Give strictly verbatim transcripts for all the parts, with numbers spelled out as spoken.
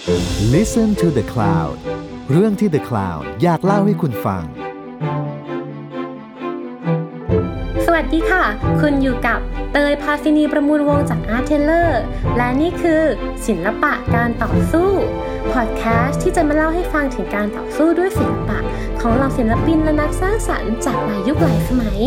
Listen to the Cloud เรื่องที่ The Cloud อยากเล่าให้คุณฟังสวัสดีค่ะคุณอยู่กับเตยภาสินีประมูลวงศ์จาก Art Teller และนี่คือศิลปะการต่อสู้พอดแคสต์ที่จะมาเล่าให้ฟังถึงการต่อสู้ด้วยศิลปะของเหล่าศิลปินและนักสร้างสรรค์จากหลายยุคหลายสมัย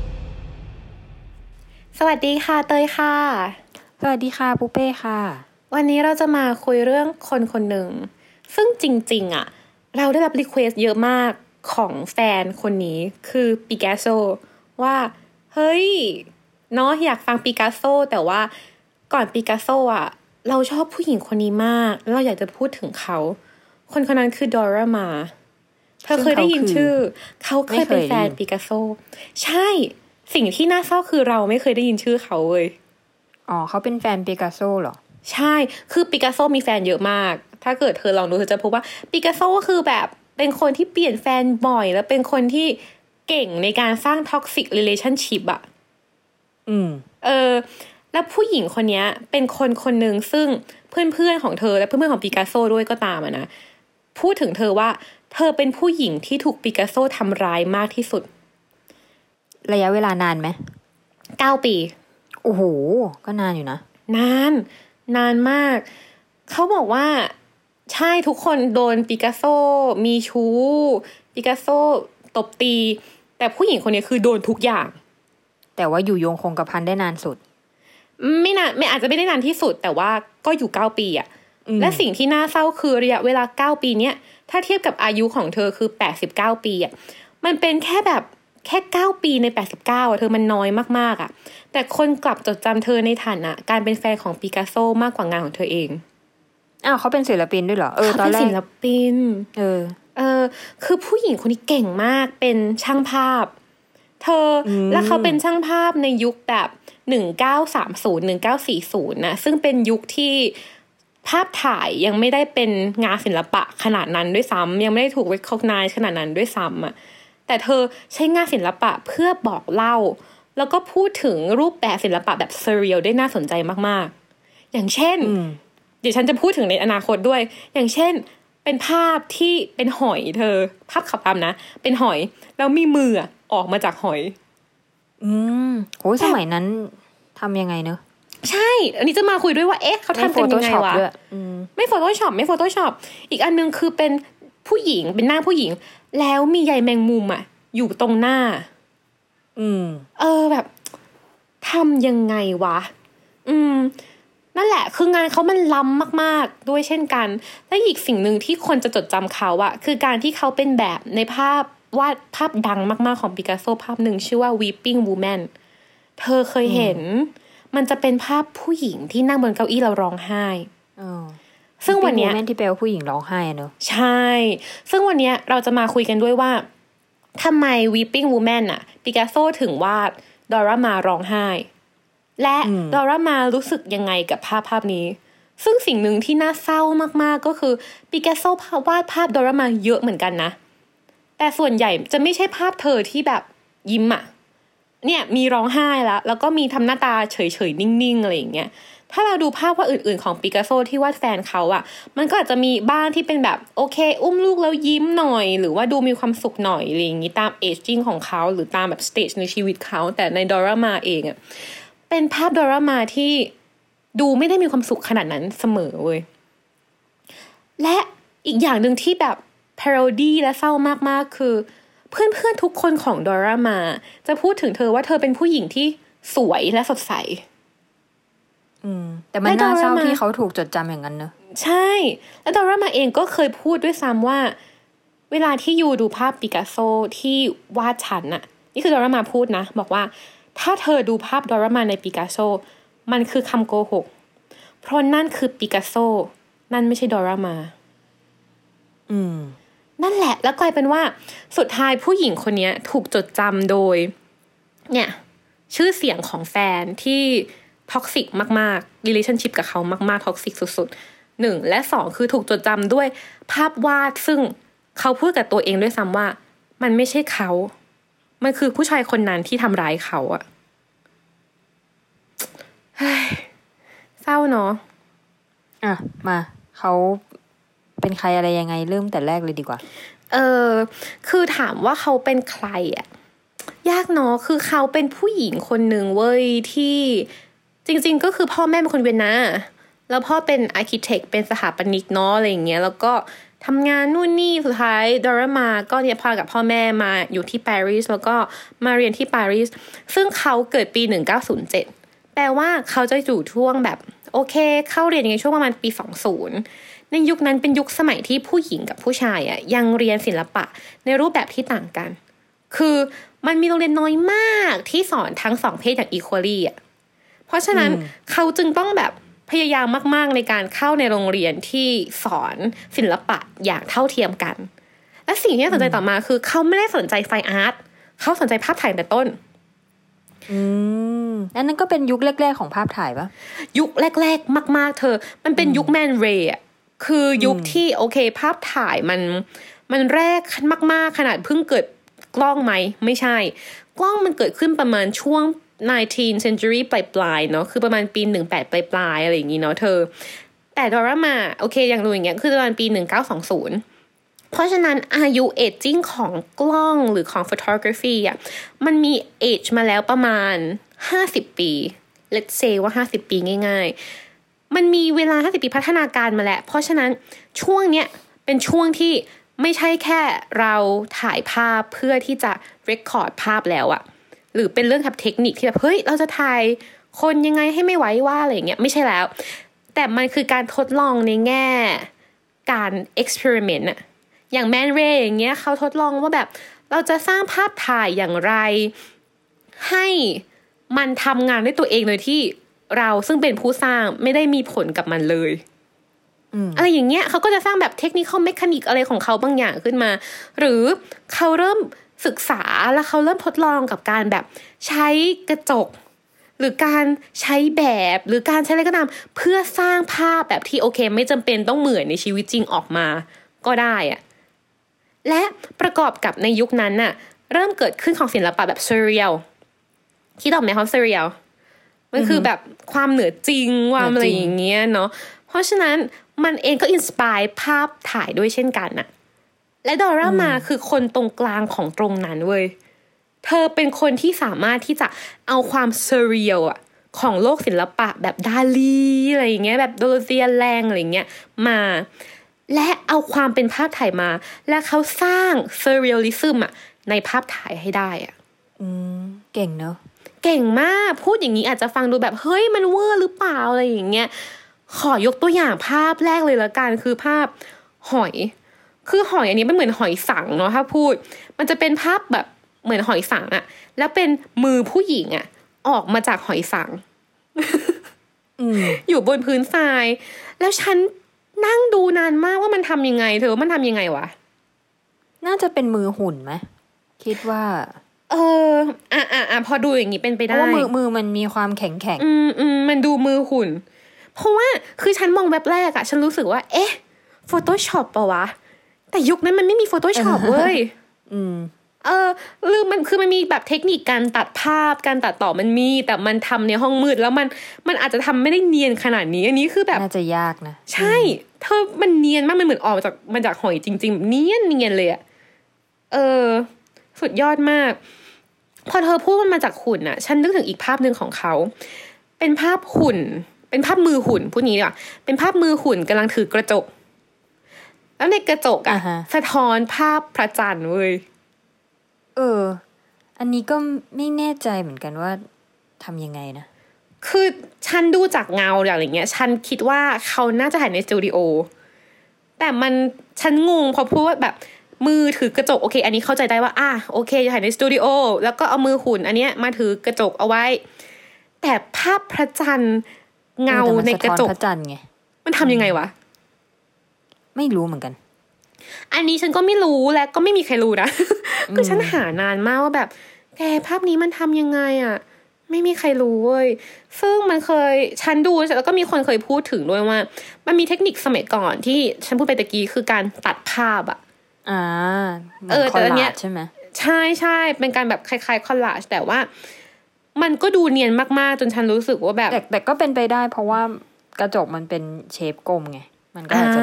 สวัสดีค่ะเตยค่ะสวัสดีค่ะปุ๊เป้ค่ะวันนี้เราจะมาคุยเรื่องคนคนหนึ่งซึ่งจริงๆอ่ะเราได้รับรีเควสเยอะมากของแฟนคนนี้คือปิกัสโซว่าเฮ้ยเนาะอยากฟังปิกัสโซแต่ว่าก่อนปิกัสโซอ่ะเราชอบผู้หญิงคนนี้มากแล้วเราอยากจะพูดถึงเขาคนคนนั้นคือดอร่ามาเธอเคยได้ยินชื่อเขาเคยเป็นแฟนปิกัสโซใช่สิ่งที่น่าเศร้าคือเราไม่เคยได้ยินชื่อเขาเลยอ๋อเขาเป็นแฟนปิกัสโซเหรอใช่คือปิกัสโซมีแฟนเยอะมากถ้าเกิดเธอลองดูเธอจะพบว่าปิกัสโซก็คือแบบเป็นคนที่เปลี่ยนแฟนบ่อยแล้วเป็นคนที่เก่งในการสร้าง toxic relationship อ่ะอืมเออแล้วผู้หญิงคนนี้เป็นคนคนหนึ่งซึ่งเพื่อนๆของเธอและเพื่อนๆของปิกัสโซด้วยก็ตามอ่ะนะพูดถึงเธอว่าเธอเป็นผู้หญิงที่ถูกปิกัสโซทำร้ายมากที่สุดระยะเวลานานไหมเก้าปีโอ้โหก็นานอยู่นะนานนานมากเขาบอกว่าใช่ทุกคนโดนปิกัสโซมีชู้ปิกัสโซตบตีแต่ผู้หญิงคนนี้คือโดนทุกอย่างแต่ว่าอยู่ยงคงกระพันได้นานสุดไม่นานไม่อาจจะไม่ได้นานที่สุดแต่ว่าก็อยู่เก้าปีอ่ะและสิ่งที่น่าเศร้าคือระยะเวลาเก้าปีเนี้ยถ้าเทียบกับอายุของเธอคือแปดสิบเก้าปีอ่ะมันเป็นแค่แบบแค่เก้าปีในแปดสิบเก้าอ่ะเธอมันน้อยมากๆอ่ะแต่คนกลับจดจำเธอในฐานะการเป็นแฟนของปิกัสโซมากกว่างานของเธอเองอ้าวเขาเป็นศิลปินด้วยเหรอเออตอนแรกเขาเป็นศิลปินเออเออคือผู้หญิงคนนี้เก่งมากเป็นช่างภาพเธอแล้วเขาเป็นช่างภาพในยุคแบบหนึ่งเก้าสามศูนย์ หนึ่งเก้าสี่ศูนย์นะซึ่งเป็นยุคที่ภาพถ่ายยังไม่ได้เป็นงานศิลปะขนาดนั้นด้วยซ้ำยังไม่ได้ถูก recognize ขนาดนั้นด้วยซ้ำอ่ะแต่เธอใช้งานศิลปะเพื่อบอกเล่าแล้วก็พูดถึงรูปแบบศิลปะแบบ surreal ได้น่าสนใจมากๆอย่างเช่นเดี๋ยวฉันจะพูดถึงในอนาคตด้วยอย่างเช่นเป็นภาพที่เป็นหอยเธอภาพขับตามนะเป็นหอยแล้วมีมือออกมาจากหอยอืมโหสมัยนั้นทำยังไงเนอะใช่อันนี้จะมาคุยด้วยว่าเอ๊ะเขาทำกันยังไงวะไม่โฟโต้ช็อปไม่โฟโต้ช็อปอีกอันนึงคือเป็นผู้หญิงเป็นหน้าผู้หญิงแล้วมีใยแมงมุมอ่ะอยู่ตรงหน้าอืมเออแบบทำยังไงวะอืมนั่นแหละคืองานเขามันล้ำมากๆด้วยเช่นกันและอีกสิ่งหนึ่งที่คนจะจดจำเขาอะคือการที่เขาเป็นแบบในภาพวาดภาพดังมากๆของปิกัสโซภาพหนึ่งชื่อว่า Weeping Woman เธอเคยเห็นมันจะเป็นภาพผู้หญิงที่นั่งบนเก้าอี้แล้วร้องไห้ซึ่งวันนี้ Woman ที่แปลว่าผู้หญิงร้องไห้เนอะใช่ซึ่งวันนี้เราจะมาคุยกันด้วยว่าทำไม Weeping Woman อะปิกัสโซถึงวาดดอร่ามาร้องไห้และดอร่ามารู้สึกยังไงกับภาพภาพนี้ซึ่งสิ่งหนึ่งที่น่าเศร้ามากๆก็คือปิกัสโซวาดภาพดอร่ามาเยอะเหมือนกันนะแต่ส่วนใหญ่จะไม่ใช่ภาพเธอที่แบบยิ้มอ่ะเนี่ยมีร้องไห้แล้วแล้วก็มีทำหน้าตาเฉยๆนิ่งๆอะไรอย่างเงี้ยถ้าเราดูภาพวาดอื่นๆของปิกัสโซที่วาดแฟนเขาอ่ะมันก็อาจจะมีบ้านที่เป็นแบบโอเคอุ้มลูกแล้วยิ้มหน่อยหรือว่าดูมีความสุขหน่อยอะไรอย่างงี้ตามเอจจิ้งของเขาหรือตามแบบสเตจในชีวิตเขาแต่ในดอร่ามาเองอ่ะเป็นภาพดอร่ามาที่ดูไม่ได้มีความสุขขนาดนั้นเสมอเว้ยและอีกอย่างหนึ่งที่แบบพาโรดี้และเศร้ามากๆคือเพื่อนๆทุกคนของดอร่ามาจะพูดถึงเธอว่าเธอเป็นผู้หญิงที่สวยและสดใสอืมแต่มันน่าเศร้าที่เขาถูกจดจำอย่างนั้นเนอะใช่แล้วดอร่ามาเองก็เคยพูดด้วยซ้ำว่าเวลาที่ยูดูภาพปิกัสโซที่วาดฉันน่ะนี่คือดอร่ามาพูดนะบอกว่าถ้าเธอดูภาพดอร่ามาในปิกัสโซมันคือคำโกหกเพราะนั่นคือปิกัสโซนั่นไม่ใช่ดอร่ามาอืมนั่นแหละแล้วกลายเป็นว่าสุดท้ายผู้หญิงคนนี้ถูกจดจำโดยเนี่ยชื่อเสียงของแฟนที่ท็อกซิกมากๆ relationship กับเขามากๆท็อกซิกสุดๆหนึ่งและสองคือถูกจดจำด้วยภาพวาดซึ่งเขาพูดกับตัวเองด้วยซ้ำว่ามันไม่ใช่เขามันคือผู้ชายคนนั้นที่ทำร้ายเขาอะเฮ้ยเศร้าเนาะอ่ะมาเขาเป็นใครอะไรยังไงเริ่มแต่แรกเลยดีกว่าเออคือถามว่าเขาเป็นใครอ่ะยากเนาะคือเขาเป็นผู้หญิงคนหนึ่งเว้ยที่จริงๆก็คือพ่อแม่เป็นคนเวียนนาแล้วพ่อเป็นอาร์คิเทคเป็นสถาปนิกเนาะอะไรอย่างเงี้ยแล้วก็ทำงานนู่นนี่สุดท้ายดอร่ามาก็เนี่ยพากับพ่อแม่มาอยู่ที่ปารีสแล้วก็มาเรียนที่ปารีสซึ่งเขาเกิดปีหนึ่งเก้าศูนย์เจ็ดแปลว่าเขาจะอยู่ช่วงแบบโอเคเข้าเรียนในช่วงประมาณปีสองสิบในยุคนั้นเป็นยุคสมัยที่ผู้หญิงกับผู้ชายอ่ะยังเรียนศิลปะในรูปแบบที่ต่างกันคือมันมีโรงเรียนน้อยมากที่สอนทั้งสองเพศอย่าง equally อ่ะเพราะฉะนั้นเขาจึงต้องแบบพยายามมากๆในการเข้าในโรงเรียนที่สอนศิลปะอย่างเท่าเทียมกันและสิ่งที่น่าสนใจต่อมาคือเขาไม่ได้สนใจไฟอาร์ตเขาสนใจภาพถ่ายแต่ต้นอืมอันนั้นก็เป็นยุคแรกๆของภาพถ่ายปะยุคแรกๆมากๆเธอมันเป็นยุคแมนเรย์อ่ะคือยุคที่โอเคภาพถ่ายมันมันแรกมากๆขนาดเพิ่งเกิดกล้องไหมไม่ใช่กล้องมันเกิดขึ้นประมาณช่วงnineteenth century ปลายๆเนาะคือประมาณปีสิบแปดปลายๆอะไรอย่างงี้เนาะเธอแต่ดอร่ามาโอเคอย่างรู้อย่างเงี้ยคือประมาณปีหนึ่งเก้าสองศูนย์เพราะฉะนั้นอายุเอจจิ้งของกล้องหรือของ photography อ่ะมันมีเอจมาแล้วประมาณห้าสิบปี let's say ว่าห้าสิบปีง่ายๆมันมีเวลาห้าสิบปีพัฒนาการมาแล้วเพราะฉะนั้นช่วงเนี้ยเป็นช่วงที่ไม่ใช่แค่เราถ่ายภาพเพื่อที่จะ record ภาพแล้วอะหรือเป็นเรื่องแบบเทคนิคที่แบบเฮ้ยเราจะถ่ายคนยังไงให้ไม่ไว้ว่าอะไรอย่างเงี้ยไม่ใช่แล้วแต่มันคือการทดลองในแง่การ experiment อะอย่างแมนเรย์อย่างเงี้ยเขาทดลองว่าแบบเราจะสร้างภาพถ่ายอย่างไรให้มันทำงานด้วยตัวเองโดยที่เราซึ่งเป็นผู้สร้างไม่ได้มีผลกับมันเลยอะไรอย่างเงี้ยเขาก็จะสร้างแบบเทคนิคเมคานิกอะไรของเขาบางอย่างขึ้นมาหรือเขาเริ่มศึกษาแล้วเขาเริ่มทดลองกับการแบบใช้กระจกหรือการใช้แบบหรือการใช้อะไรก็ตามเพื่อสร้างภาพแบบที่โอเคไม่จำเป็นต้องเหมือนในชีวิตจริงออกมาก็ได้อะและประกอบกับในยุคนั้นน่ะเริ่มเกิดขึ้นของศิลปะแบบเซเรียลคิดออกไหมคะเซเรียลมันคือแบบความเหนือจริงความอะไรอย่างเงี้ยเนาะเพราะฉะนั้นมันเองก็อินสไปร์ภาพถ่ายด้วยเช่นกันน่ะและดอร่ามาคือคนตรงกลางของตรงนั้นเว้ยเธอเป็นคนที่สามารถที่จะเอาความเซเรียลอะของโลกศิลปะแบบดาลีอะไรอย่างเงี้ยแบบโดเซียแรงอะไรอย่างเงี้ยมาและเอาความเป็นภาพถ่ายมาและเขาสร้างเซเรียลิซึมอะในภาพถ่ายให้ได้อะอืมเก่งเนอะเก่งมากพูดอย่างนี้อาจจะฟังดูแบบเฮ้ยมันเวอร์หรือเปล่าอะไรอย่างเงี้ยขอยกตัวอย่างภาพแรกเลยละกันคือภาพหอยคือหอยอันนี้มันเหมือนหอยสังเนาะถ้าพูดมันจะเป็นภาพแบบเหมือนหอยสังอะแล้วเป็นมือผู้หญิงอะออกมาจากหอยสัง อยู่บนพื้นทรายแล้วฉันนั่งดูนานมากว่ามันทำยังไงเธอมันทำยังไงวะน่าจะเป็นมือหุ่นไหมคิดว่าเอออ่ะอ่ะอ่ะพอดูอย่างนี้เป็นไปได้เพราะว่ามือมือมันมีความแข็งแข็งอืมอืมมันดูมือหุ่นเพราะว่าคือฉันมองแบบแรกอะฉันรู้สึกว่าเอ๊ะ Photoshop ปะวะแต่ยุคนั้นมันไม่มี Photoshop เว้ยอืมเออหรือมันคือมันมีแบบเทคนิคการตัดภาพการตัดต่อมันมีแต่มันทำในห้องมืดแล้วมันมันอาจจะทำไม่ได้เนียนขนาดนี้อันนี้คือแบบน่าจะยากนะใช่เธอมันเนียนมากมันเหมือนออกมาจากมันจากหอยจริงๆเนียนเนียนเลยอะเออสุดยอดมากพอเธอพูดมันมาจากหุ่นอะฉันนึกถึงอีกภาพนึงของเขาเป็นภาพหุ่นเป็นภาพมือหุ่นพูดงี้ดีกว่าเป็นภาพมือหุ่นกำลังถือกระจกแล้วในกระจกอะ uh-huh. สะท้อนภาพพระจันทร์เว้ยเอออันนี้ก็ไม่แน่ใจเหมือนกันว่าทำยังไงนะคือฉันดูจากเงาอย่างอย่างเงี้ยฉันคิดว่าเขาน่าจะถ่ายในสตูดิโอแต่มันฉันงงพอพูดว่าแบบมือถือกระจกโอเคอันนี้เข้าใจได้ว่าอ่ะโอเคถ่ายในสตูดิโอแล้วก็เอามือหุ่นอันเนี้ยมาถือกระจกเอาไว้แต่ภาพพระจันทร์เงาในกระจกพระจันทร์ไงมันทำยังไงวะไม่รู้เหมือนกันอันนี้ฉันก็ไม่รู้และก็ไม่มีใครรู้นะคือฉันหานานมากว่าแบบแกภาพนี้มันทำยังไงอ่ะไม่มีใครรู้เว้ยซึ่งมันเคยฉันดูแล้วก็มีคนเคยพูดถึงด้วยว่ามันมีเทคนิคสมัยก่อนที่ฉันพูดไปตะกี้คือการตัดภาพอ่ะอ่าเออแต่เนี้ยใช่ไหมใช่ใช่เป็นการแบบคล้ายๆคอลลาจแต่ว่ามันก็ดูเนียนมากๆจนฉันรู้สึกว่าแบบแต่แต่ก็เป็นไปได้เพราะว่ากระจกมันเป็นเชฟกลมไงมันก็อาจจะแบบท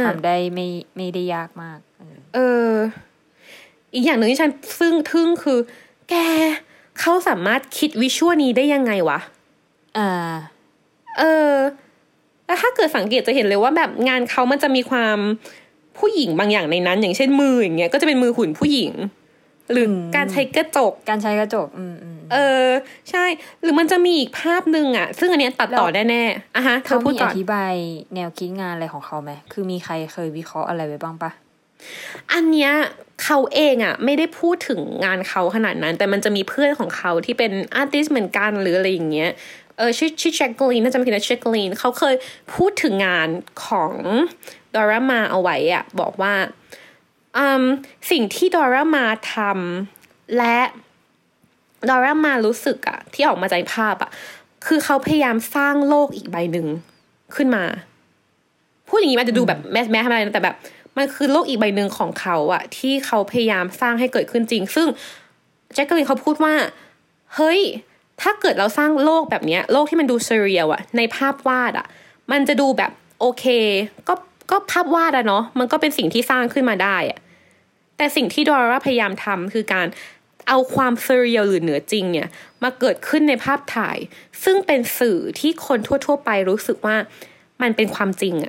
ทำได้ไม่ไม่ได้ยากมากเอออีกอย่างหนึ่งที่ฉันซึ่งทึ่งคือแกเขาสามารถคิดวิชวลนี้ได้ยังไงวะอ่าเออแล้วถ้าเกิดสังเกตจะเห็นเลยว่าแบบงานเขามันจะมีความผู้หญิงบางอย่างในนั้นอย่างเช่นมืออย่างเงี้ยก็จะเป็นมือหุ่นผู้หญิงหรือการใช้กระจกการใช้กระจกอืมเออใช่หรือมันจะมีอีกภาพนึงอ่ะซึ่งอันเนี้ยตัดต่อแน่ๆอ่ะฮะเธอพูดก่อนเขามีอธิบายแนวคิดงานอะไรของเขาไหมคือมีใครเคยวิเคราะห์อะไรไว้บ้างปะอันเนี้ยเขาเองอ่ะไม่ได้พูดถึงงานเขาขนาดนั้นแต่มันจะมีเพื่อนของเขาที่เป็นอาร์ติสต์เหมือนกันหรืออะไรอย่างเงี้ยเออชื่อชื่อแจ็คเกอรีนน่าจะไม่ผิดนะแจ็คเกอรีนเขาเคยพูดถึงงานของดอร่ามาเอาไว้อ่ะบอกว่าอืมสิ่งที่ดอร่ามาทำและดอร่ามารู้สึกอ่ะที่ออกมาจากภาพอ่ะคือเขาพยายามสร้างโลกอีกใบหนึ่งขึ้นมาพูดอย่างนี้มันจะดูแบบแมสแมสอะไรแต่แบบมันคือโลกอีกใบหนึ่งของเขาอะที่เขาพยายามสร้างให้เกิดขึ้นจริงซึ่งแจ็คเกอรีนเขาพูดว่าเฮ้ยถ้าเกิดเราสร้างโลกแบบนี้โลกที่มันดูเซเรียลอะในภาพวาดอะมันจะดูแบบโอเคก็ก็ภาพวาดอะเนาะมันก็เป็นสิ่งที่สร้างขึ้นมาได้อะแต่สิ่งที่ดอร่าพยายามทำคือการเอาความเซเรียลหรือเหนือจริงเนี่ยมาเกิดขึ้นในภาพถ่ายซึ่งเป็นสื่อที่คนทั่วๆไปรู้สึกว่ามันเป็นความจริงอะ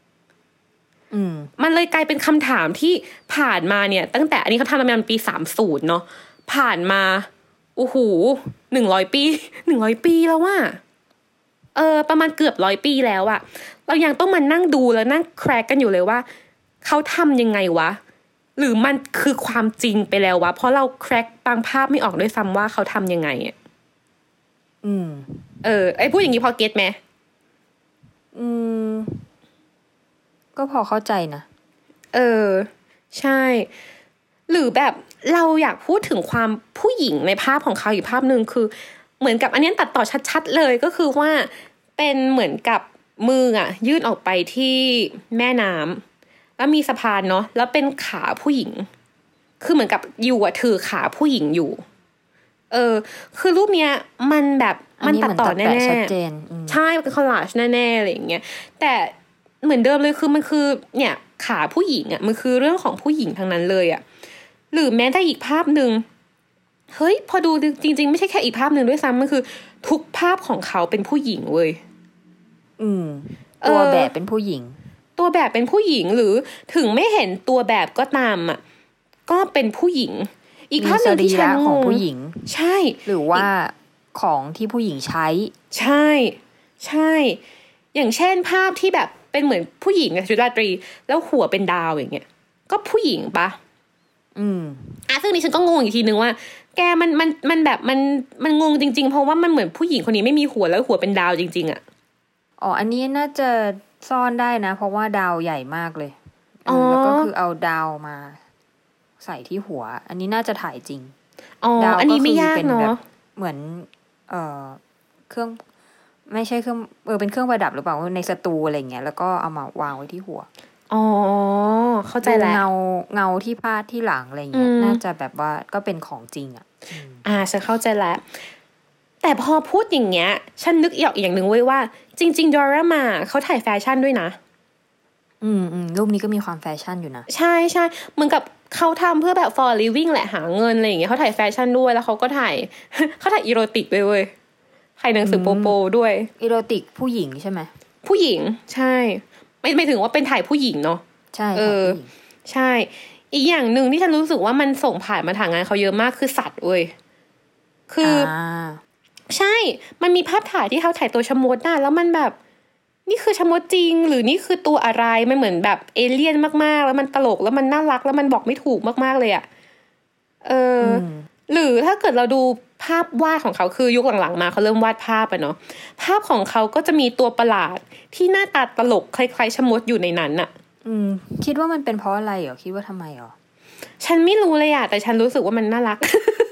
มันเลยกลายเป็นคำถามที่ผ่านมาเนี่ยตั้งแต่อันนี้เขาทำมาเป็นปีสามสิบเนาะผ่านมาโอ้โหหนึ่งร้อยปีหนึ่งร้อยปีแล้วว่าเออประมาณเกือบร้อยปีแล้วอะเรายังต้องมานั่งดูแล้วนั่งแคร์กันอยู่เลยว่าเขาทำยังไงวะหรือมันคือความจริงไปแล้ววะเพราะเราแคร์บางภาพไม่ออกด้วยซ้ำว่าเขาทำยังไงอะอืมเออไอ้พูดอย่างนี้พอเก็ตไหมอืมก็พอเข้าใจนะเออใช่หรือแบบเราอยากพูดถึงความผู้หญิงในภาพของเขาอีกภาพนึงคือเหมือนกับอันนี้ตัดต่อชัดๆเลยก็คือว่าเป็นเหมือนกับมืออ่ะยื่นออกไปที่แม่น้ำแล้วมีสะพานเนาะแล้วเป็นขาผู้หญิงคือเหมือนกับอยู่อ่ะถือขาผู้หญิงอยู่เออคือรูปเนี้ยมันแบบมันตัดต่อแน่ๆใช่เป็นคอลลาจแน่ๆอะไรอย่างเงี้ยแต่เหมือนเดิมเลยคือมันคือเนี่ยขาผู้หญิงอ่ะมันคือเรื่องของผู้หญิงทั้งนั้นเลยอ่ะหรือแม้แต่อีกภาพนึงเฮ้ยพอดูจริงๆไม่ใช่แค่อีกภาพนึงด้วยซ้ำมันคือทุกภาพของเขาเป็นผู้หญิงเว้ยอืมตัวแบบเป็นผู้หญิงตัวแบบเป็นผู้หญิงหรือถึงไม่เห็นตัวแบบก็ตามอ่ะก็เป็นผู้หญิงอีกภาพนึงที่ฉันงงของผู้หญิงใช่หรือว่าของที่ผู้หญิงใช้ใช่ใช่อย่างเช่นภาพที่แบบเป็นเหมือนผู้หญิงชุดราตรีแล้วหัวเป็นดาวอย่างเงี้ยก็ผู้หญิงปะอืมอ่ะซึ่งนี่ฉันก็งงอีกทีนึงว่าแกมันมันมันแบบมันมันงงจริงๆเพราะว่ามันเหมือนผู้หญิงคนนี้ไม่มีหัวแล้วหัวเป็นดาวจริงๆอ่ะอ๋ออันนี้น่าจะซ่อนได้นะเพราะว่าดาวใหญ่มากเลยอ๋อแล้วก็คือเอาดาวมาใส่ที่หัวอันนี้น่าจะถ่ายจริงอ๋ออันนี้ไม่ยากเนาะเหมือนเอ่อเครื่องไม่ใช่เครื่องเออเป็นเครื่องประดับหรือเปล่าในสตูอะไรเงี้ยแล้วก็เอามาวางไว้ที่หัวอ๋อเข้าใจแล้วเงาเงาที่พาดที่หลังอะไรเงี้ยน่าจะแบบว่าก็เป็นของจริงอ่ะอ่าฉันเข้าใจแล้วแต่พอพูดอย่างเงี้ยฉันนึกอีกอย่างหนึ่งไว้ว่าจริงๆดอร่ามาเขาถ่ายแฟชั่นด้วยนะอืมอืมรูปนี้ก็มีความแฟชั่นอยู่นะใช่ใช่เหมือนกับเขาทำเพื่อแบบ for living แหละหาเงินอะไรอย่างเงี้ยเขาถ่ายแฟชั่นด้วยแล้วเขาก็ถ่ายเขาถ่ายอีโรติกด้วยเว้ยถ่ายหนังสือโปโปด้วยอีโรติกผู้หญิงใช่ไหมผู้หญิงใช่ไม่ไม่ถึงว่าเป็นถ่ายผู้หญิงเนาะใช่เออใช่อีกอย่างหนึ่งที่ฉันรู้สึกว่ามันส่งผ่านมาทางงานเขาเยอะมากคือสัตว์เว้ยคือใช่มันมีภาพถ่ายที่เขาถ่ายตัวชะมดน่ะแล้วมันแบบนี่คือชะมดจริงหรือนี่คือตัวอะไรมันเหมือนแบบเอเลี่ยนมากๆแล้วมันตลกแล้วมันน่ารักแล้วมันบอกไม่ถูกมากๆเลยอ่ะเออหรือถ้าเกิดเราดูภาพวาดของเขาคือยุคหลังๆมาเขาเริ่มวาดภาพอะเนาะภาพของเขาก็จะมีตัวประหลาดที่หน้าตาตลกคล้ายๆชะมดอยู่ในนั้นอะอืมคิดว่ามันเป็นเพราะอะไรเหรอคิดว่าทำไมเหรอฉันไม่รู้เลยอะแต่ฉันรู้สึกว่ามันน่ารัก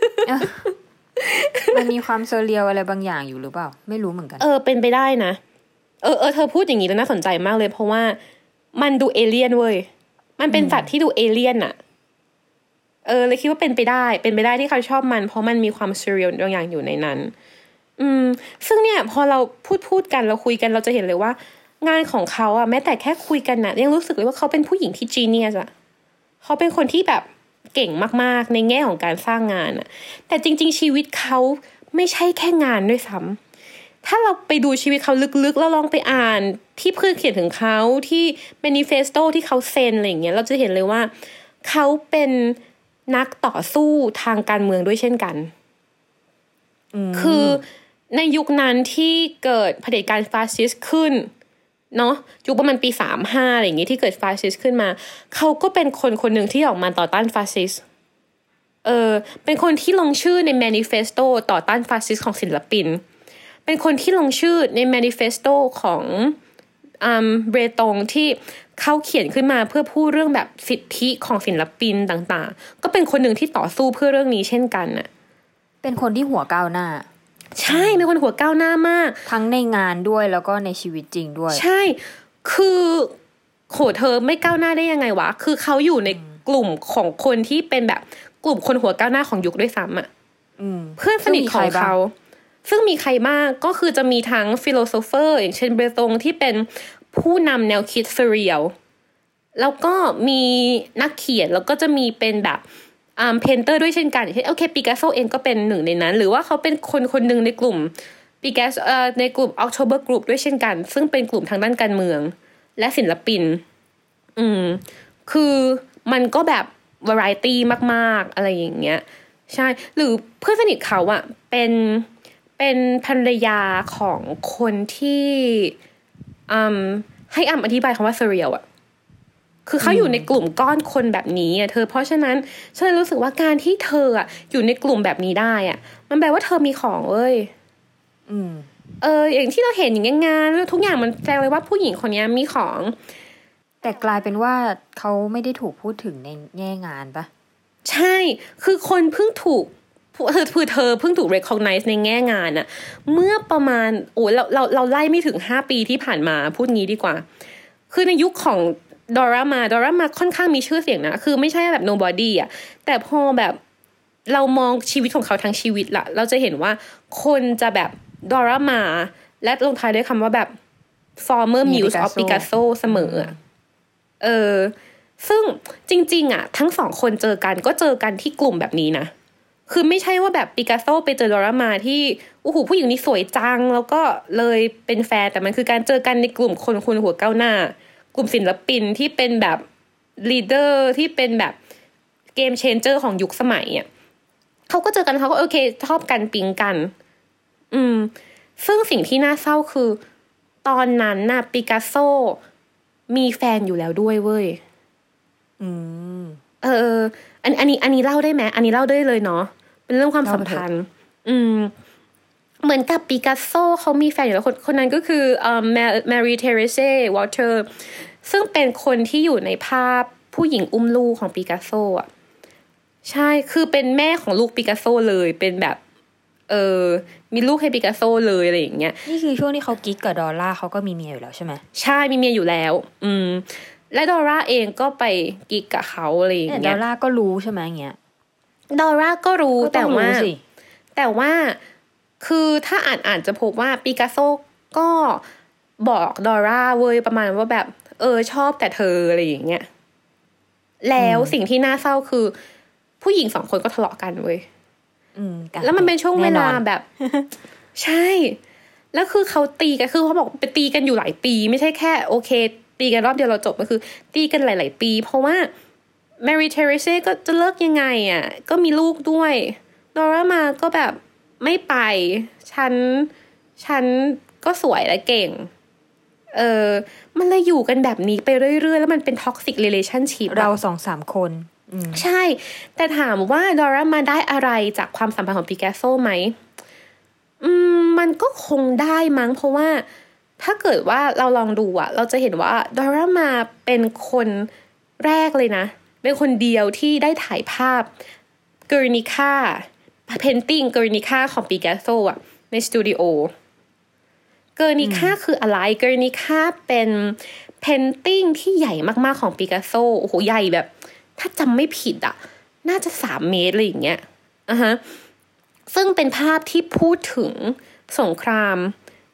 มันมีความเซเรียลอะไรบางอย่างอยู่หรือเปล่าไม่รู้เหมือนกันเออเป็นไปได้นะเออเออเธอพูดอย่างนี้แล้วน่าสนใจมากเลยเพราะว่ามันดูเอเลี่ยนเว้ยมันเป็นสัตว์ที่ดูเอเลี่ยนอะเออเลยคิดว่าเป็นไปได้เป็นไปได้ที่เขาชอบมันเพราะมันมีความเซเรียลบางอย่างอยู่ในนั้นอืมซึ่งเนี่ยพอเราพูดพูดกันเราคุยกันเราจะเห็นเลยว่างงานของเขาอะแม้แต่แค่คุยกันนะยังรู้สึกเลยว่าเขาเป็นผู้หญิงที่ genius อะเขาเป็นคนที่แบบเก่งมากๆในแง่ของการสร้างงานอะแต่จริงๆชีวิตเขาไม่ใช่แค่งานด้วยซ้ำถ้าเราไปดูชีวิตเขาลึกๆแล้วลองไปอ่านที่เพื่อนเขียนถึงเขาที่ manifesto ที่เขาเซ็นอะไรอย่างเงี้ยเราจะเห็นเลยว่าเขาเป็นนักต่อสู้ทางการเมืองด้วยเช่นกันคือในยุคนั้นที่เกิดเผด็จการฟาสซิสต์ขึ้นเนาะยุคประมาณปีสามสิบห้าอะไรอย่างงี้ที่เกิดฟาสซิสต์ขึ้นมาเขาก็เป็นคนคนหนึ่งที่ออกมาต่อต้านฟาสซิสต์เออเป็นคนที่ลงชื่อใน manifesto ต่อต้านฟาสซิสต์ของศิลปินเป็นคนที่ลงชื่อใน manifesto ของอืมเบรตงที่เขาเขียนขึ้นมาเพื่อพูดเรื่องแบบสิทธิของศิลปินต่างๆก็เป็นคนหนึ่งที่ต่อสู้เพื่อเรื่องนี้เช่นกันน่ะเป็นคนที่หัวก้าวหน้าใช่เป็นคนหัวก้าวหน้ามากทั้งในงานด้วยแล้วก็ในชีวิตจริงด้วยใช่คือโหเธอไม่ก้าวหน้าได้ยังไงวะคือเขาอยู่ในกลุ่มของคนที่เป็นแบบกลุ่มคนหัวก้าวหน้าของยุคด้วยซ้ำอ่ะเพื่อนสนิทของเขาซึ่งมีใครบ้างก็คือจะมีทั้งฟิโลโซเฟอร์อย่างเช่นเบรตงที่เป็นผู้นำแนวคิดเซเรียลแล้วก็มีนักเขียนแล้วก็จะมีเป็นแบบอ่าเพนเตอร์ด้วยเช่นกันเช่นโอเคปิกัสโซเองก็เป็นหนึ่งในนั้นหรือว่าเขาเป็นคนคนหนึ่งในกลุ่มปิกัสเอ่อในกลุ่ม October Group ด้วยเช่นกันซึ่งเป็นกลุ่มทางด้านการเมืองและศิลปินอืมคือมันก็แบบวาไรตี้มากๆอะไรอย่างเงี้ยใช่หรือเพื่อนสนิทเขาอะเป็นเป็นภรรยาของคนที่อืมให้อ่ำอธิบายคำว่า surreal อะคือเขาอยู่ในกลุ่มก้อนคนแบบนี้อ่ะเธอเพราะฉะนั้นฉันรู้สึกว่าการที่เธออ่ะอยู่ในกลุ่มแบบนี้ได้อ่ะมันแปลว่าเธอมีของเว้ยอืมเอออย่างที่เราเห็นอย่างงานทุกอย่างมันแสดงเลยว่าผู้หญิงคนนี้มีของแต่กลายเป็นว่าเขาไม่ได้ถูกพูดถึงในแง่งานปะใช่คือคนเพิ่งถูกเธอคือเธอเพิ่งถูก recognize ในแง่งานอ่ะเมื่อประมาณโอ้เราเราเราไล่ไม่ถึงห้าปีที่ผ่านมาพูดงี้ดีกว่าคือในยุคของดอร่ามาดอร่ามาค่อนข้างมีชื่อเสียงนะคือไม่ใช่แบบ nobody อ่ะแต่พอแบบเรามองชีวิตของเขาทั้งชีวิตละเราจะเห็นว่าคนจะแบบดอร่ามาและลงท้ายด้วยคำว่าแบบ former muse of Picasso เสมออ่ะเออซึ่งจริงๆอ่ะทั้งสองคนเจอกันก็เจอกันที่กลุ่มแบบนี้นะคือไม่ใช่ว่าแบบปิกัสโซไปเจอดอร่ามาที่โอ้โหผู้หญิงนี้สวยจังแล้วก็เลยเป็นแฟนแต่มันคือการเจอกันในกลุ่มคนคนหัวก้าวหน้ากลุ่มศิลปินที่เป็นแบบลีดเดอร์ที่เป็นแบบเกมเชนเจอร์ของยุคสมัยอ่ะเขาก็เจอกันเขาก็โอเคชอบกันปิ๊งกันอืมซึ่งสิ่งที่น่าเศร้าคือตอนนั้นน่ะปิกัสโซมีแฟนอยู่แล้วด้วยเว้ยอืมเอออันอันนี้อันนี้เล่าได้ไหมอันนี้เล่าได้เลยเนาะเป็นเรื่องความสัมพันธ์อืมเหมือนกับปิกัสโซเขามีแฟนอยู่แล้วคนคนนั้นก็คือเอ่อแมรี่เทเรเซ่วอลเตอร์ซึ่งเป็นคนที่อยู่ในภาพผู้หญิงอุ้มลูกของปิกัสโซอ่ะใช่คือเป็นแม่ของลูกปิกัสโซเลยเป็นแบบเออมีลูกให้ปิกัสโซเลยอะไรอย่างเงี้ยนี่คือช่วงที่เขากิ๊กกับดอลล่าเขาก็มีเมียอยู่แล้วใช่ไหมใช่มีเมียอยู่แล้วอืมและดอลล่าเองก็ไปกิ๊กกับเขาอะไรอย่างเงี้ยดอลล่าก็รู้ใช่ไหมเงี้ยดอลล่าก็รู้แต่ว่าแต่ว่าคือถ้าอ่านอ่านจะพบว่าปิกัสโซก็บอกดอลล่าเว้ยประมาณว่าแบบเออชอบแต่เธออะไรอย่างเงี้ยแล้วสิ่งที่น่าเศร้าคือผู้หญิงสองคนก็ทะเลาะกันเว้ยแล้วมันเป็นช่วงเวลาแบบใช่แล้วคือเขาตีกันคือเขาบอกไปตีกันอยู่หลายปีไม่ใช่แค่โอเคตีกันรอบเดียวเราจบก็คือตีกันหลายๆปีเพราะว่าแมรี่เทเรเซ่ก็จะเลิกยังไงอ่ะก็มีลูกด้วยดอร่ามาก็แบบไม่ไปฉันฉันก็สวยและเก่งเออมันเลยอยู่กันแบบนี้ไปเรื่อยๆแล้วมันเป็นท็อกซิกเรเลชั่นชิพเราสองสามคนใช่แต่ถามว่าดอร่ามาได้อะไรจากความสัมพันธ์ของปิกัสโซไหมอืมมันก็คงได้มั้งเพราะว่าถ้าเกิดว่าเราลองดูอะเราจะเห็นว่าดอร่ามาเป็นคนแรกเลยนะเป็นคนเดียวที่ได้ถ่ายภาพเกอร์นิค่าเพนติ้งเกอร์นิค่าของปิกัสโซอะในสตูดิโอเกอร์นิค่าคืออะไรเกอร์นิค่าเป็นเพนติ้งที่ใหญ่มากๆของปิกัสโซโอ้โหใหญ่แบบถ้าจำไม่ผิดอะน่าจะสามเมตรอะไรอย่างเงี้ยอ่ะฮะซึ่งเป็นภาพที่พูดถึงสงคราม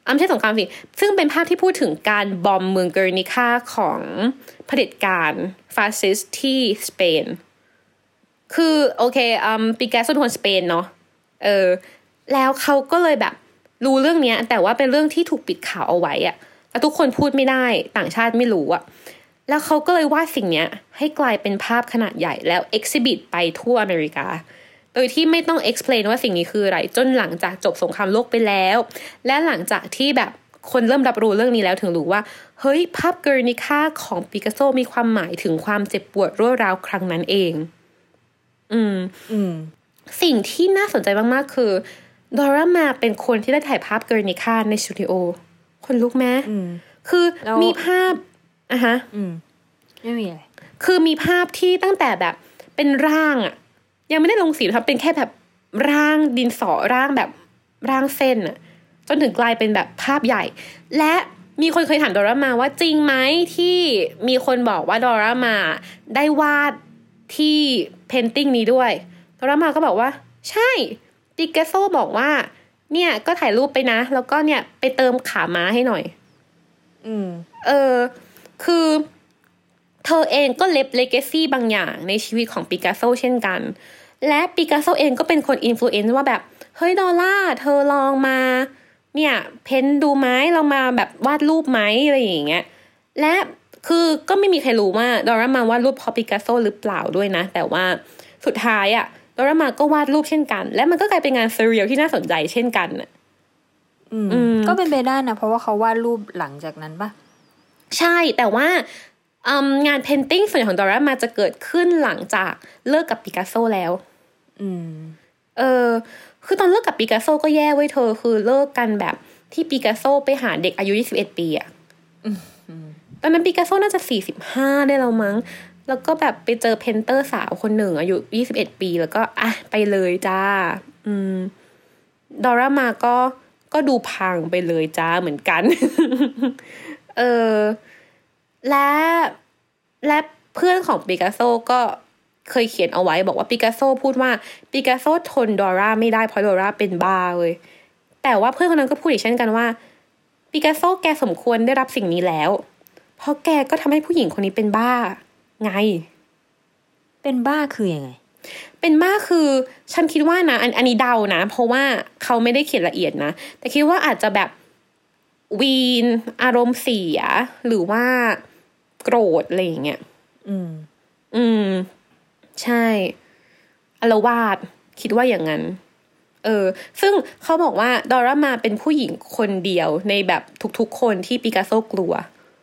อ่ะไม่ใช่สงครามสิซึ่งเป็นภาพที่พูดถึงการบอมเมืองเกอร์นิคาของเผด็จการฟาสซิสต์ที่สเปนคือโอเคอืมปิกัสโซเป็นคนสเปนเนาะเออแล้วเขาก็เลยแบบรู้เรื่องนี้แต่ว่าเป็นเรื่องที่ถูกปิดข่าวเอาไว้อะแล้วทุกคนพูดไม่ได้ต่างชาติไม่รู้อะแล้วเขาก็เลยวาดสิ่งนี้ให้กลายเป็นภาพขนาดใหญ่แล้ว exhibit ไปทั่วอเมริกาโดยที่ไม่ต้อง explain ว่าสิ่งนี้คืออะไรจนหลังจากจบสงครามโลกไปแล้วและหลังจากที่แบบคนเริ่มรับรู้เรื่องนี้แล้วถึงรู้ว่าเฮ้ยภาพเกอร์นิคาของปิกัสโซมีความหมายถึงความเจ็บปวดรวดร้าวครั้งนั้นเองอืมอืมสิ่งที่น่าสนใจมากๆคือดอร่ามาเป็นคนที่ได้ถ่ายภาพเกอร์นิคาในสตูดิโอคนลุกไหมคือมีภาพอ่ะฮะอืมไม่มีอะไรคือมีภาพที่ตั้งแต่แบบเป็นร่างอะยังไม่ได้ลงสีครับเป็นแค่แบบร่างดินสอร่างแบบร่างเส้นอะจนถึงกลายเป็นแบบภาพใหญ่และมีคนเคยถามดอร่ามาว่าจริงไหมที่มีคนบอกว่าดอร่ามาได้วาดที่เพนติ้งนี้ด้วยดอร่ามาก็บอกว่าใช่ปิกัสโซบอกว่าเนี่ยก็ถ่ายรูปไปนะแล้วก็เนี่ยไปเติมขาม้าให้หน่อยอืมเออคือเธอเองก็เล็บเลกาซี่บางอย่างในชีวิตของปิกัสโซเช่นกันและปิกัสโซเองก็เป็นคนอินฟลูเอนซ์ว่าแบบเฮ้ยดอลล่าเธอลองมาเนี่ยเพ้นดูไหมลองมาแบบวาดรูปไหมอะไรอย่างเงี้ยและคือก็ไม่มีใครรู้ว่าดอร่ามาวาดรูปเพราะปิกัสโซหรือเปล่าด้วยนะแต่ว่าสุดท้ายอะดอร่ามาก็วาดรูปเช่นกันและมันก็กลายเป็นงานเซอร์เรียลที่น่าสนใจเช่นกันน่ะอืมก็เป็นไปได้นะเพราะว่าเขาวาดรูปหลังจากนั้นปะใช่แต่ว่างานเพนติ้งส่วนใหญ่ของดอร่ามาจะเกิดขึ้นหลังจากเลิกกับปิกัสโซแล้วอืมเออคือตอนเลิกกับปิกัสโซก็แย่ไว้เธอคือเลิกกันแบบที่ปิกัสโซไปหาเด็กอายุยี่สิบเอ็ดปีอ่ะตอนนั้นปิกัสโซน่าจะสี่สิบห้าได้แล้วมั้งแล้วก็แบบไปเจอเพนเตอร์สาวคนหนึ่งอายุยี่สิบเอ็ดปีแล้วก็อ่ะไปเลยจ้าอืมดอร่ามาก็ก็ดูพังไปเลยจ้าเหมือนกัน เออและและเพื่อนของปิกัสโซก็เคยเขียนเอาไว้บอกว่าปิกัสโซพูดว่าปิกัสโซทนดอร่าไม่ได้เพราะดอร่าเป็นบ้าเลยแต่ว่าเพื่อนคนนั้นก็พูดอีกเช่นกันว่าปิกัสโซแกสมควรได้รับสิ่งนี้แล้วเพราะแกก็ทำให้ผู้หญิงคนนี้เป็นบ้าไงเป็นบ้าคือยังไงเป็นบ้าคือฉันคิดว่านะอันอันนี้เดานะเพราะว่าเขาไม่ได้เขียนละเอียดนะแต่คิดว่าอาจจะแบบวีนอารมณ์เสียหรือว่าโกรธอะไรอย่างเงี้ยอืมอืมใช่อารวาสคิดว่าอย่างนั้นเออซึ่งเขาบอกว่าดอร่ามาเป็นผู้หญิงคนเดียวในแบบทุกๆคนที่ปิกัสโซกลัว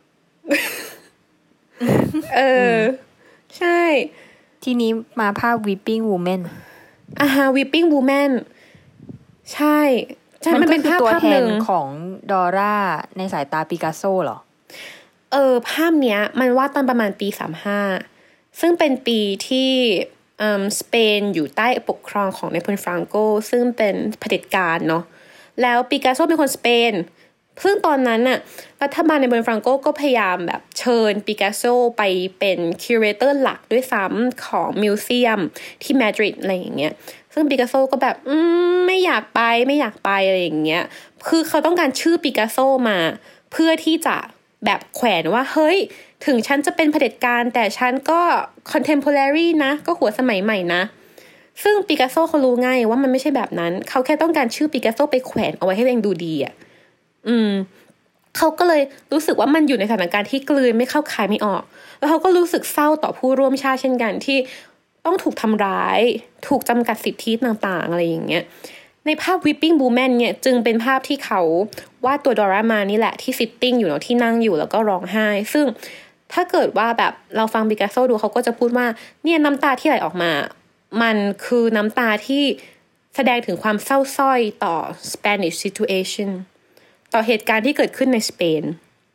เออใช่ทีนี้มาภาพ Weeping Woman อ่าฮะ Weeping Woman ใช่ใช่มันเป็นภาพตัวแทนของดอร่าในสายตาปิกัสโซเหรอเออภาพเนี้ยมันวาดตอนประมาณปีสามสิบห้าซึ่งเป็นปีที่อืมสเปนอยู่ใต้ปกครองของเนโปเลียนฟรานโกซึ่งเป็นเผด็จการเนาะแล้วปิกัสโซเป็นคนสเปนซึ่งตอนนั้นน่ะรัฐบาลในเบอร์ฟรังโกก็พยายามแบบเชิญปิกัสโซไปเป็นคิวเรเตอร์หลักด้วยซ้ำของมิวเซียมที่มาดริดอะไรอย่างเงี้ยซึ่งปิกัสโซก็แบบอืมไม่อยากไปไม่อยากไปอะไรอย่างเงี้ยคือเขาต้องการชื่อปิกัสโซมาเพื่อที่จะแบบแขวนว่าเฮ้ยถึงฉันจะเป็นเผด็จการแต่ฉันก็ contemporary นะก็หัวสมัยใหม่นะซึ่งปิกัสโซเขารู้ง่ายว่ามันไม่ใช่แบบนั้นเขาแค่ต้องการชื่อปิกัสโซไปแขวนเอาไว้ให้ตัวเองดูดีอ่ะอืมเขาก็เลยรู้สึกว่ามันอยู่ในสถานการณ์ที่กลืนไม่เข้าคายไม่ออกแล้วเขาก็รู้สึกเศร้าต่อผู้ร่วมชาติเช่นกันที่ต้องถูกทำร้ายถูกจำกัดสิทธิต่างๆอะไรอย่างเงี้ยในภาพ Weeping Woman เนี่ยจึงเป็นภาพที่เขาวาดตัวดอร่ามานี่แหละที่ซิตติ้งอยู่เนาะที่นั่งอยู่แล้วก็ร้องไห้ซึ่งถ้าเกิดว่าแบบเราฟังปิกัสโซดูเขาก็จะพูดว่าเนี่ยน้ำตาที่ไหลออกมามันคือน้ำตาที่แสดงถึงความเศร้าส้อยต่อ Spanish situationต่อเหตุการณ์ที่เกิดขึ้นในสเปน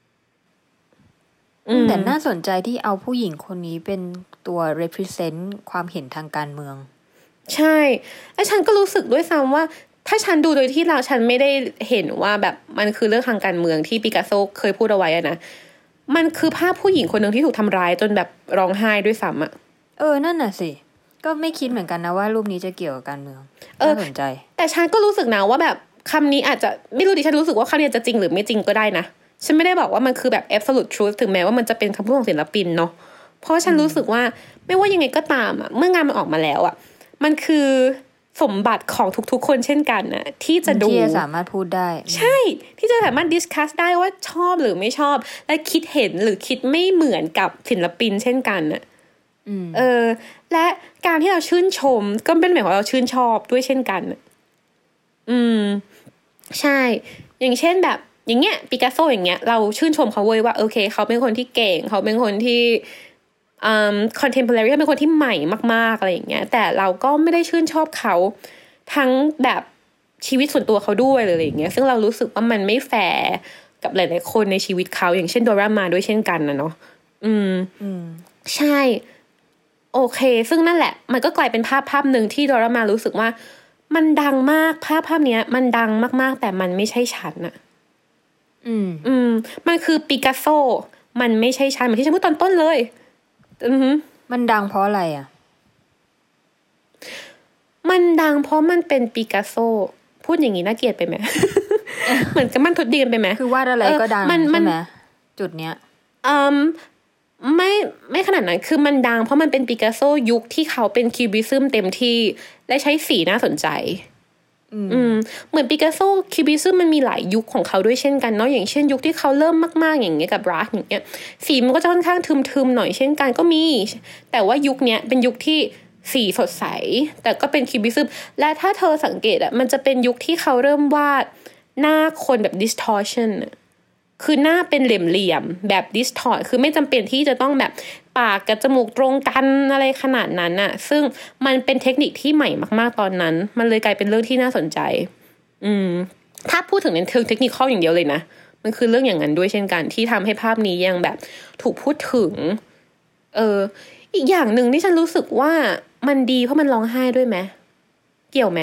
แต่น่าสนใจที่เอาผู้หญิงคนนี้เป็นตัว represent ความเห็นทางการเมืองใช่แล้วฉันก็รู้สึกด้วยซ้ำว่าถ้าฉันดูโดยที่เราฉันไม่ได้เห็นว่าแบบมันคือเรื่องทางการเมืองที่ปิกัสโซเคยพูดเอาไว้นะมันคือภาพผู้หญิงคนหนึ่งที่ถูกทำร้ายจนแบบร้องไห้ด้วยซ้ำอะเออนั่นน่ะสิก็ไม่คิดเหมือนกันนะว่ารูปนี้จะเกี่ยวกับการเมืองน่าสนใจแต่ฉันก็รู้สึกนะว่าแบบคำนี้อาจจะไม่รู้ดิฉันรู้สึกว่าคำนี้จะจริงหรือไม่จริงก็ได้นะฉันไม่ได้บอกว่ามันคือแบบ absolute truth ถึงแม้ว่ามันจะเป็นคำพูดของศิลปินเนาะเพราะฉันรู้สึกว่าไม่ว่ายังไงก็ตามอ่ะเมื่องานมันออกมาแล้วอ่ะมันคือสมบัติของทุกๆคนเช่นกันนะที่จะดูที่จะสามารถพูดได้ใช่ที่จะสามารถดิสคัสได้ว่าชอบหรือไม่ชอบและคิดเห็นหรือคิดไม่เหมือนกับศิลปินเช่นกันน่ะเออและการที่เราชื่นชมก็เป็นหมายความว่าเราชื่นชอบด้วยเช่นกันอืมใช่อย่างเช่นแบบอย่างเงี้ยปิกัสโซอย่างเงี้ยเราชื่นชมเขาเว้ยว่าโอเคเขาเป็นคนที่เก่งเขาเป็นคนที่อืม contemporary เป็นคนที่ใหม่มากๆอะไรอย่างเงี้ยแต่เราก็ไม่ได้ชื่นชอบเขาทั้งแบบชีวิตส่วนตัวเขาด้วยเลยอะไรอย่างเงี้ยซึ่งเรารู้สึกว่ามันไม่แฟร์กับหลายๆคนในชีวิตเขาอย่างเช่นโดรามาด้วยเช่นกันนะเนาะอืมอืมใช่โอเคซึ่งนั่นแหละมันก็กลายเป็นภาพภาพหนึ่งที่โดรามารู้สึกว่ามันดังมากภาพภาพเนี้ยมันดังมากๆแต่มันไม่ใช่ฉันอะอืมอืมมันคือปิกัสโซมันไม่ใช่ฉันเหมือนที่ฉันพูดตอนต้นเลยอือฮึมันดังเพราะอะไรอ่ะมันดังเพราะมันเป็นปิกัสโซพูดอย่างนี้น่าเกลียดไปไหม เหมือนกับมันทดดีกันไปไหมคือวาดอะไรก็ดังใช่ไหมจุดเนี้ยอืมไม่ไม่ขนาดนั้นคือมันดังเพราะมันเป็นปิกัสโซยุคที่เขาเป็นคิวบิซึมเต็มที่และใช้สีน่าสนใจอืมเหมือนปิกัสโซคิวบิซึมมันมีหลายยุคของเขาด้วยเช่นกันเนาะอย่างเช่นยุคที่เขาเริ่มมากๆอย่างเงี้ยกับบรัชอย่างเงี้ยสีมันก็จะค่อนข้างทึมๆหน่อยเช่นกันก็มีแต่ว่ายุคเนี้ยเป็นยุคที่สีสดใสแต่ก็เป็นคิวบิซึมและถ้าเธอสังเกตอ่ะมันจะเป็นยุคที่เขาเริ่มวาดหน้าคนแบบ distortion คือหน้าเป็นเหลี่ยมๆแบบ distort คือไม่จำเป็นที่จะต้องแบบปากกับจมูกตรงกันอะไรขนาดนั้นน่ะซึ่งมันเป็นเทคนิคที่ใหม่มากๆตอนนั้นมันเลยกลายเป็นเรื่องที่น่าสนใจอืมถ้าพูดถึงในเชิงเทคนิคข้ออย่างเดียวเลยนะมันคือเรื่องอย่างนั้นด้วยเช่นกันที่ทำให้ภาพนี้ยังแบบถูกพูดถึงเอออีกอย่างหนึ่งที่ฉันรู้สึกว่ามันดีเพราะมันร้องไห้ด้วยไหมเกี่ยวไหม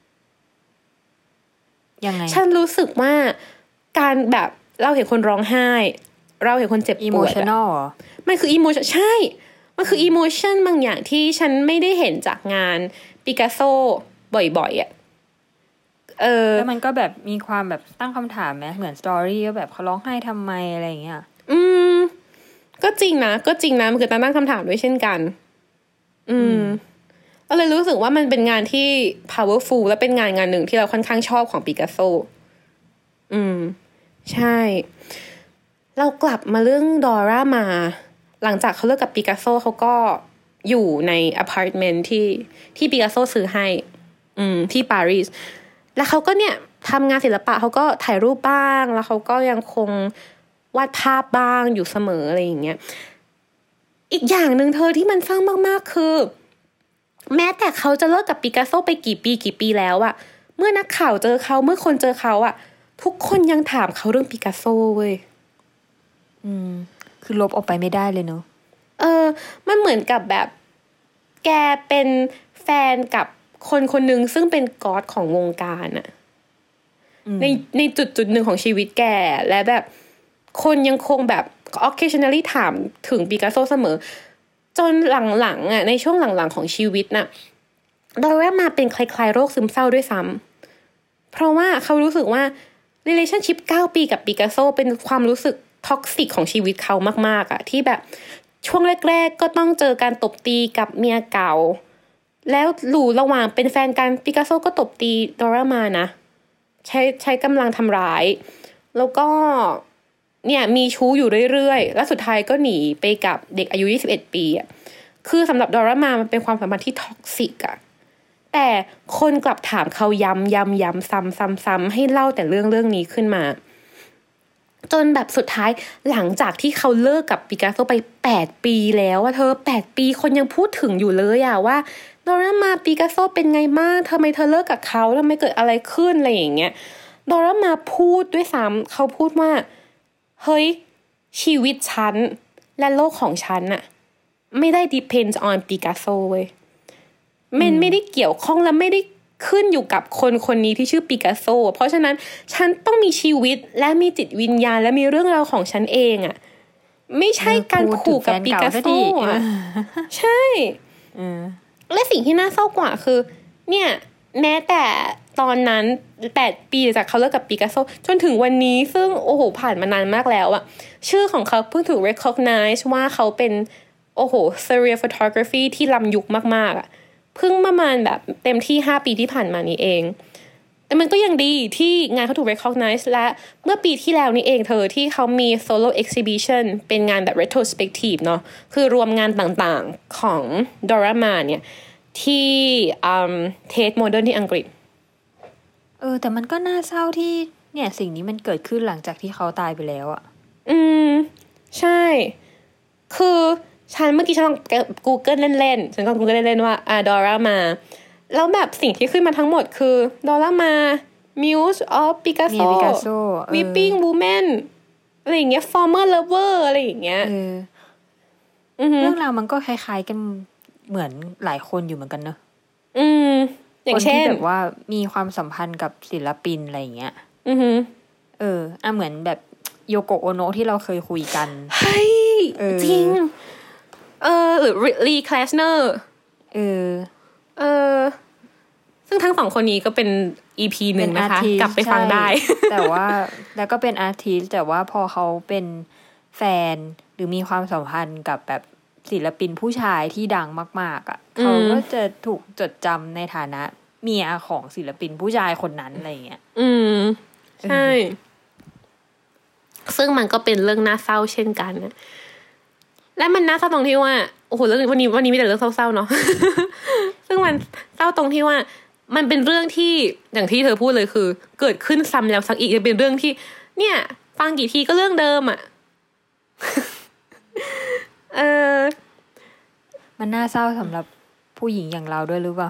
ยังไงฉันรู้สึกว่าการแบบเราเห็นคนร้องไห้เราเห็นคนเจ็บปวด emotional เหรอมันคือ emotion ใช่มันคือ emotion บางอย่างที่ฉันไม่ได้เห็นจากงานปิกัสโซบ่อยๆอ่ะเออแล้วมันก็แบบมีความแบบตั้งคำถามไหมเหมือนสตอรี่ว่าแบบเขาร้องไห้ทำไมอะไรอย่างเงี้ยอืมก็จริงนะก็จริงนะมันคือตั้งคำถามด้วยเช่นกันอืมก็เลยรู้สึกว่ามันเป็นงานที่ powerful และเป็นงานงานหนึ่งที่เราค่อนข้างชอบของปิกัสโซอืมใช่เรากลับมาเรื่องดอร่ามาหลังจากเขาเลิกกับปิกัสโซเขาก็อยู่ในอพาร์ตเมนต์ที่ที่ปิกัสโซซื้อให้อืมที่ปารีสแล้วเขาก็เนี่ยทำงานศิลปะเขาก็ถ่ายรูปบ้างแล้วเขาก็ยังคงวาดภาพบ้างอยู่เสมออะไรอย่างเงี้ยอีกอย่างหนึ่งเธอที่มันเศร้ามากๆคือแม้แต่เขาจะเลิกกับปิกัสโซไปกี่ปีกี่ปีแล้วอะเมื่อนักข่าวเจอเขาเมื่อคนเจอเขาอะทุกคนยังถามเขาเรื่องปิกัสโซเว้ยอืมคือลบออกไปไม่ได้เลยเนอะเออมันเหมือนกับแบบแกเป็นแฟนกับคนคนหนึ่งซึ่งเป็นก๊อดของวงการอะในในจุดจุดหนึ่งของชีวิตแกและแบบคนยังคงแบบ occasionally ถามถึงปิกัสโซเสมอจนหลังๆอ่ะในช่วงหลังๆของชีวิตน่ะดอร่ามาเป็นคล้ายๆโรคซึมเศร้าด้วยซ้ำเพราะว่าเขารู้สึกว่า relationship เก้าปีกับปิกัสโซเป็นความรู้สึกท็อกซิกของชีวิตเขามากๆอ่ะที่แบบช่วงแรกๆก็ต้องเจอการตบตีกับเมียเก่าแล้วหลู่ระหว่างเป็นแฟนกันปิกัสโซก็ตบตีดอร่ามานะใช้ใช้กำลังทำร้ายแล้วก็เนี่ยมีชู้อยู่เรื่อยๆแล้วสุดท้ายก็หนีไปกับเด็กอายุยี่สิบเอ็ดปีอ่ะคือสำหรับดอร่ามามันเป็นความสัมพันธ์ที่ท็อกซิกอ่ะแต่คนกลับถามเขาย้ำย้ำย้ำซ้ำซ้ำซ้ำให้เล่าแต่เรื่องเรื่องนี้ขึ้นมาจนแบบสุดท้ายหลังจากที่เขาเลิกกับปิกัสโซไปแปดปีแล้วอะเธอแปดปีคนยังพูดถึงอยู่เลยอะว่าดอร่ามาปิกัสโซเป็นไงบ้างทำไมเธอเลิกกับเขาทำไมเกิดอะไรขึ้นอะไรอย่างเงี้ยดอร่ามาพูดด้วยซ้ำเขาพูดว่าเฮ้ยชีวิตฉันและโลกของฉันอะไม่ได้ depends on ปิกัสโซเว้ยมันไม่ได้เกี่ยวข้องและไม่ได้ขึ้นอยู่กับคนคนนี้ที่ชื่อปิกัสโซเพราะฉะนั้นฉันต้องมีชีวิตและมีจิตวิญญาณและมีเรื่องราวของฉันเองอะไม่ใช่การขู่กับปิกัสโซอะใช่และสิ่งที่น่าเศร้ากว่าคือเนี่ยแม้แต่ตอนนั้นแปดปีจากเขาเลิกกับปิกัสโซจนถึงวันนี้ซึ่งโอ้โหผ่านมานานมากแล้วอะชื่อของเขาเพิ่งถูก recognize ว่าเขาเป็นโอ้โห serial photography ที่ล้ำยุคมากๆอะเพิ่งประมาณแบบเต็มที่ห้าปีที่ผ่านมานี้เองแต่มันก็ยังดีที่งานเขาถูก recognize และเมื่อปีที่แล้วนี้เองเธอที่เขามี solo exhibition เป็นงานแบบ retrospective เนาะคือรวมงานต่างๆของ Dora Maar เนี่ยที่อืม Tate Modern ที่อังกฤษเออแต่มันก็น่าเศร้าที่เนี่ยสิ่งนี้มันเกิดขึ้นหลังจากที่เขาตายไปแล้วอ่ะอืมใช่คือฉันเมื่อกี้ฉันลอง Google เล่นๆฉันก็ Google เล่นๆว่าอ่า Dora Maarแล้วแบบสิ่งที่ขึ้นมาทั้งหมดคือ Dora Maar Muse of Picasso Weeping Woman อะไรอย่างเงี้ย Former Lover อะไรอย่างเงี้ยเออเรื่องราวมันก็คล้ายๆกันเหมือนหลายคนอยู่เหมือนกันเนอะอืมอย่างเช่นคนที่แบบว่ามีความสัมพันธ์กับศิลปินอะไรอย่างเงี้ยอือฮึเอออ่ะเหมือนแบบโยโกโอโนะที่เราเคยคุยกันเฮ้ยจริงเออหรือลีคลาสเนอร์เออเออซึ่งทั้งสองคนนี้ก็เป็น อี พี หนึ่งนะคะกลับไปฟังได้แต่ว่าแล้วก็เป็นอาร์ติสต์แต่ว่าพอเขาเป็นแฟนหรือมีความสัมพันธ์กับแบบศิลปินผู้ชายที่ดังมากๆอ่ะเขาก็จะถูกจดจำในฐานะเมียของศิลปินผู้ชายคนนั้นอะไรอย่างเงี้ยอืมใช่ซึ่งมันก็เป็นเรื่องน่าเศร้าเช่นกันนะและมันน่าเศร้าตรงที่ว่าโอ้โหเรื่องวันนี้วันนี้มีแต่เรื่องเศร้าๆเนาะ ซึ่งมันเศร้าตรงที่ว่ามันเป็นเรื่องที่อย่างที่เธอพูดเลยคือเกิดขึ้นซ้ำแล้วซ้ำอีกเป็นเรื่องที่เนี่ยฟังกี่ทีก็เรื่องเดิมอ่ะ เออมันน่าเศร้าสำหรับผู้หญิงอย่างเราด้วยหรือเปล่า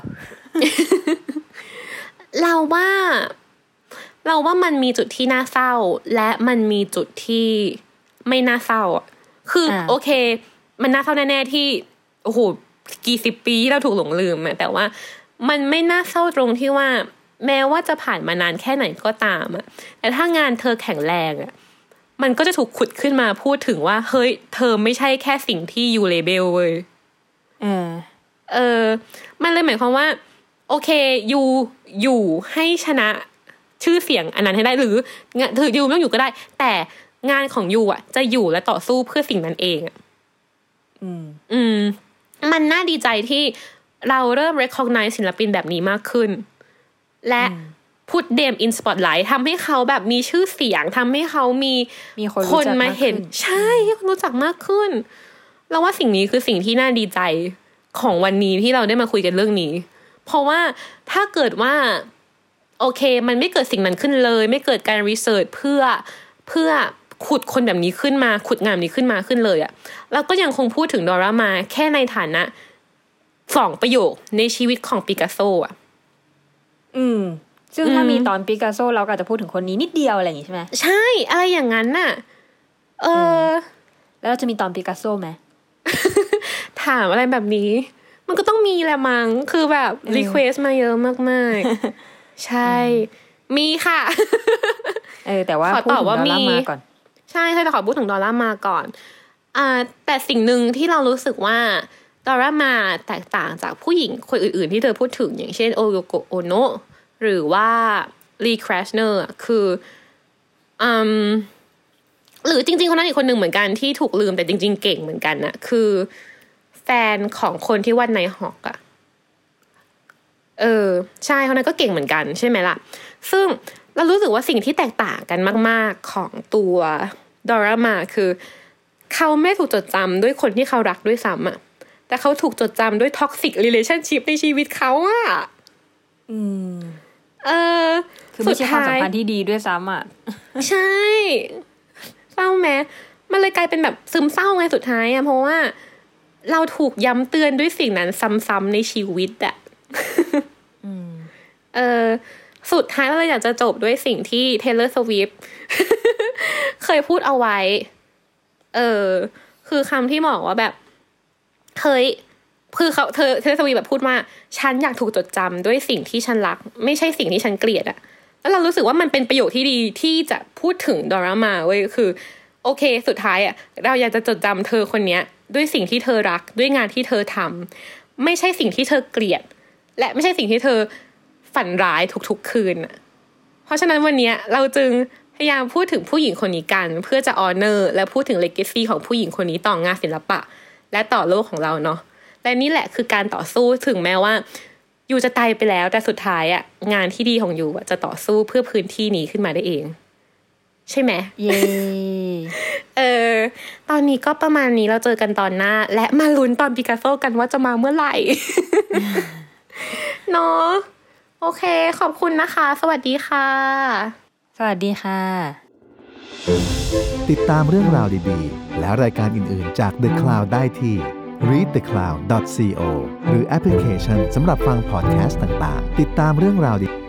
เราว่าเราว่ามันมีจุดที่น่าเศร้าและมันมีจุดที่ไม่น่าเศร้าอ่ะคือโอเคมันน่าเศร้าแน่ๆที่โอ้โหกี่สิบปีที่เราถูกหลงลืมอ่ะแต่ว่ามันไม่น่าเศร้าตรงที่ว่าแม้ว่าจะผ่านมานานแค่ไหนก็ตามอ่ะแต่ถ้างานเธอแข็งแรงอ่ะมันก็จะถูกขุดขึ้นมาพูดถึงว่าเฮ้ยเธอไม่ใช่แค่สิ่งที่ยูเลเบลเว้ยเออเออมันเลยหมายความว่าโอเคยูอยู่ให้ชนะชื่อเสียงอันนั้นให้ได้หรืองานเธอยูไม่ต้องอยู่ก็ได้แต่งานของยูอ่ะจะอยู่และต่อสู้เพื่อสิ่งนั้นเองอ่ะอืมอืมมันน่าดีใจที่เราเริ่ม recognize ศิลปินแบบนี้มากขึ้นและพุทเดมอินสปอตไลท์ทำให้เขาแบบมีชื่อเสียงทำให้เขามีมีคนคนมาเห็นใช่คนรู้จักมากขึ้นเราว่าสิ่งนี้คือสิ่งที่น่าดีใจของวันนี้ที่เราได้มาคุยกันเรื่องนี้เพราะว่าถ้าเกิดว่าโอเคมันไม่เกิดสิ่งนั้นขึ้นเลยไม่เกิดการรีเสิร์ชเพื่อเพื่อขุดคนแบบนี้ขึ้นมาขุดงานนี้ขึ้นมาขึ้นเลยอะเราก็ยังคงพูดถึงดอร่ามาแค่ในฐานะสองประโยคในชีวิตของปิกัสโซอะอืมซึ่งถ้ามีตอนปิกัสโซเราก็อาจจะพูดถึงคนนี้นิดเดียวอะไรอย่างงี้ใช่ไหมใช่อะไรอย่างนั้นน่ะเออแล้วเราจะมีตอนปิกัสโซไหมถามอะไรแบบนี้มันก็ต้องมีแหละมั้งคือแบบรีเควสมาเยอะมากๆใช่มีค่ะเออแต่ว่าพูดถึงดอลลาร์มาก่อนใช่ใช่แต่ขอพูดถึงดอลลาร์มาก่อนอ่าแต่สิ่งหนึ่งที่เรารู้สึกว่าดอลลาร์มาแตกต่างจากผู้หญิงคนอื่นๆที่เธอพูดถึงอย่างเช่นโอโยโกโอโนะหรือว่าลีคราชเนอร์คืออืมหรือจริงๆคนนั้นอีกคนหนึ่งเหมือนกันที่ถูกลืมแต่จริงๆเก่งเหมือนกันนะคือแฟนของคนที่วาดไนท์ฮอคอะเออใช่คนนั้นก็เก่งเหมือนกันใช่ไหมล่ะซึ่งเรารู้สึกว่าสิ่งที่แตกต่างกันมากๆของตัวดอร่ามาคือเขาไม่ถูกจดจำด้วยคนที่เขารักด้วยซ้ำอะแต่เขาถูกจดจำด้วยท็อกซิกรีเลชั่นชิพในชีวิตเขาอะอืมเออคือไม่ใช่ความสัมพันธ์ที่ดีด้วยซ้ำอะใช่เศร้าไหมมันเลยกลายเป็นแบบซึมเศร้าไงสุดท้ายอะเพราะว่าเราถูกย้ำเตือนด้วยสิ่งนั้นซ้ำๆในชีวิตอะเออสุดท้ายเราเลยอยากจะจบด้วยสิ่งที่ Taylor Swift เคยพูดเอาไว้เออคือคำที่บอกว่าแบบเคยคือเขาเธอ Taylor Swift แบบพูดว่าฉันอยากถูกจดจำด้วยสิ่งที่ฉันรักไม่ใช่สิ่งที่ฉันเกลียดอะแล้วเรารู้สึกว่ามันเป็นประโยคที่ดีที่จะพูดถึงดอร่ามาเว้ยคือโอเคสุดท้ายอะเราอยากจะจดจำเธอคนเนี้ยด้วยสิ่งที่เธอรักด้วยงานที่เธอทำไม่ใช่สิ่งที่เธอเกลียดและไม่ใช่สิ่งที่เธอฝันร้ายทุกๆคืนเพราะฉะนั้นวันนี้เราจึงพยายามพูดถึงผู้หญิงคนนี้กันเพื่อจะออเนอร์และพูดถึงเลกาซีของผู้หญิงคนนี้ต่องานศิลปะและต่อโลกของเราเนาะและนี่แหละคือการต่อสู้ถึงแม้ว่ายูจะตายไปแล้วแต่สุดท้ายอ่ะงานที่ดีของยูจะต่อสู้เพื่อพื้นที่นี้ขึ้นมาได้เองใช่ไหมเย้เออตอนนี้ก็ประมาณนี้เราเจอกันตอนหน้าและมาลุ้นตอนปิกัสโซกันว่าจะมาเมื่อไหร่ เนาะโอเคขอบคุณนะคะสวัสดีค่ะสวัสดีค่ะติดตามเรื่องราวดีๆและรายการอื่นๆจาก The Cloud ได้ที่ รีด เดอะ คลาวด์ ดอท ซี โอ หรือแอปพลิเคชันสำหรับฟังพอดแคสต์ต่างๆติดตามเรื่องราวดี